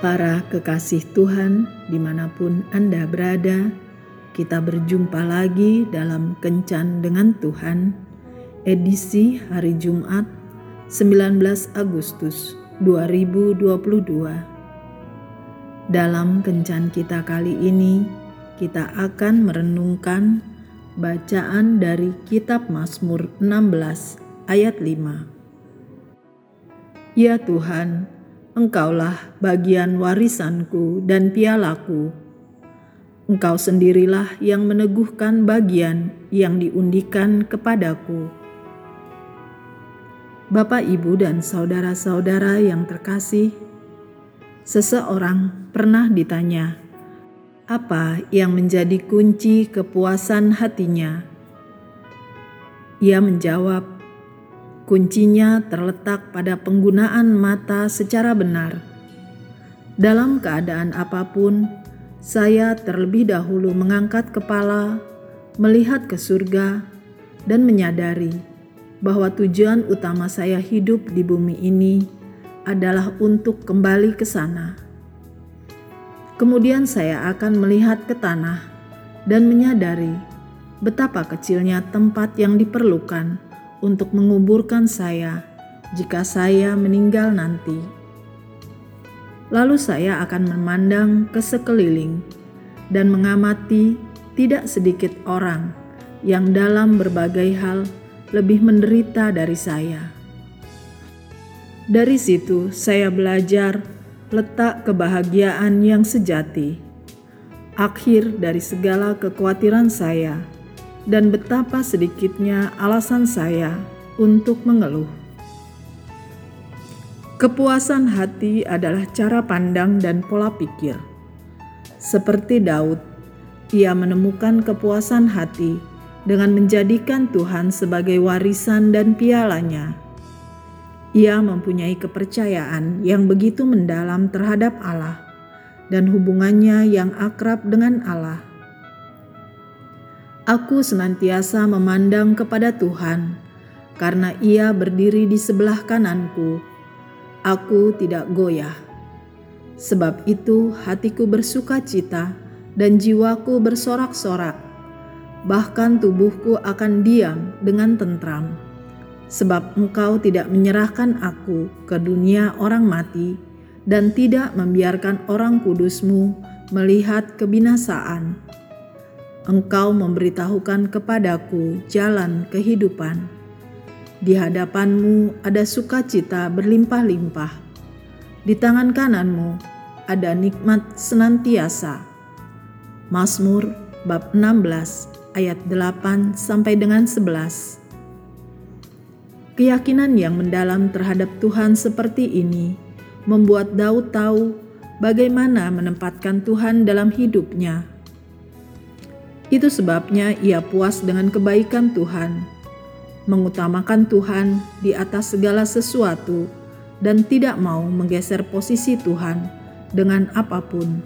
Para kekasih Tuhan, dimanapun Anda berada, kita berjumpa lagi dalam Kencan dengan Tuhan, edisi hari Jumat 19 Agustus 2022. Dalam Kencan kita kali ini, kita akan merenungkan bacaan dari Kitab Mazmur 16 ayat 5. Ya Tuhan, Engkaulah bagian warisanku dan pialaku. Engkau sendirilah yang meneguhkan bagian yang diundikan kepadaku. Bapak, Ibu, dan saudara-saudara yang terkasih, seseorang pernah ditanya, apa yang menjadi kunci kepuasan hatinya? Ia menjawab, kuncinya terletak pada penggunaan mata secara benar. Dalam keadaan apapun, saya terlebih dahulu mengangkat kepala, melihat ke surga, dan menyadari bahwa tujuan utama saya hidup di bumi ini adalah untuk kembali ke sana. Kemudian saya akan melihat ke tanah dan menyadari betapa kecilnya tempat yang diperlukan untuk menguburkan saya jika saya meninggal nanti. Lalu saya akan memandang ke sekeliling dan mengamati tidak sedikit orang yang dalam berbagai hal lebih menderita dari saya. Dari situ saya belajar letak kebahagiaan yang sejati, akhir dari segala kekhawatiran saya, dan betapa sedikitnya alasan saya untuk mengeluh. Kepuasan hati adalah cara pandang dan pola pikir. Seperti Daud, ia menemukan kepuasan hati dengan menjadikan Tuhan sebagai warisan dan pialanya. Ia mempunyai kepercayaan yang begitu mendalam terhadap Allah dan hubungannya yang akrab dengan Allah. Aku senantiasa memandang kepada Tuhan, karena Ia berdiri di sebelah kananku. Aku tidak goyah. Sebab itu hatiku bersukacita dan jiwaku bersorak-sorak. Bahkan tubuhku akan diam dengan tentram. Sebab Engkau tidak menyerahkan aku ke dunia orang mati dan tidak membiarkan orang kudus-Mu melihat kebinasaan. Engkau memberitahukan kepadaku jalan kehidupan. Di hadapan-Mu ada sukacita berlimpah-limpah. Di tangan kanan-Mu ada nikmat senantiasa. Mazmur bab 16 ayat 8 sampai dengan 11. Keyakinan yang mendalam terhadap Tuhan seperti ini membuat Daud tahu bagaimana menempatkan Tuhan dalam hidupnya. Itu sebabnya ia puas dengan kebaikan Tuhan, mengutamakan Tuhan di atas segala sesuatu, dan tidak mau menggeser posisi Tuhan dengan apapun.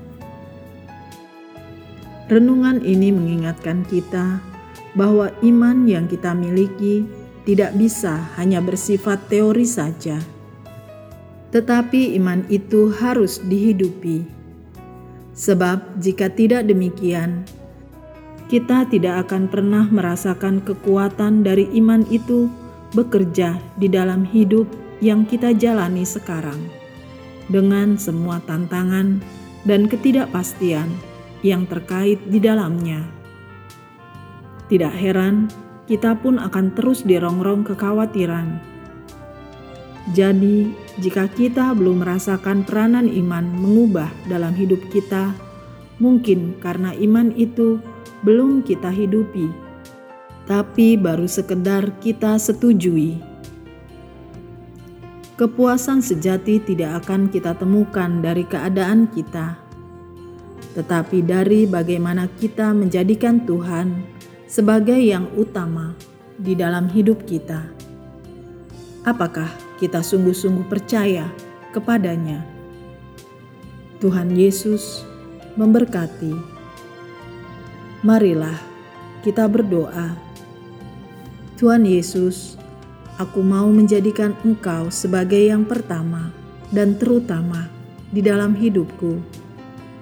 Renungan ini mengingatkan kita bahwa iman yang kita miliki tidak bisa hanya bersifat teori saja, tetapi iman itu harus dihidupi. Sebab jika tidak demikian, kita tidak akan pernah merasakan kekuatan dari iman itu bekerja di dalam hidup yang kita jalani sekarang, dengan semua tantangan dan ketidakpastian yang terkait di dalamnya. Tidak heran, kita pun akan terus dirongrong kekhawatiran. Jadi, jika kita belum merasakan peranan iman mengubah dalam hidup kita, mungkin karena iman itu belum kita hidupi, tapi baru sekedar kita setujui. Kepuasan sejati tidak akan kita temukan dari keadaan kita, tetapi dari bagaimana kita menjadikan Tuhan sebagai yang utama di dalam hidup kita. Apakah kita sungguh-sungguh percaya kepadanya? Tuhan Yesus memberkati. Marilah kita berdoa. Tuhan Yesus, aku mau menjadikan Engkau sebagai yang pertama dan terutama di dalam hidupku.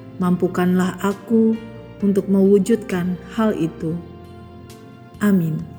Mampukanlah aku untuk mewujudkan hal itu. Amin.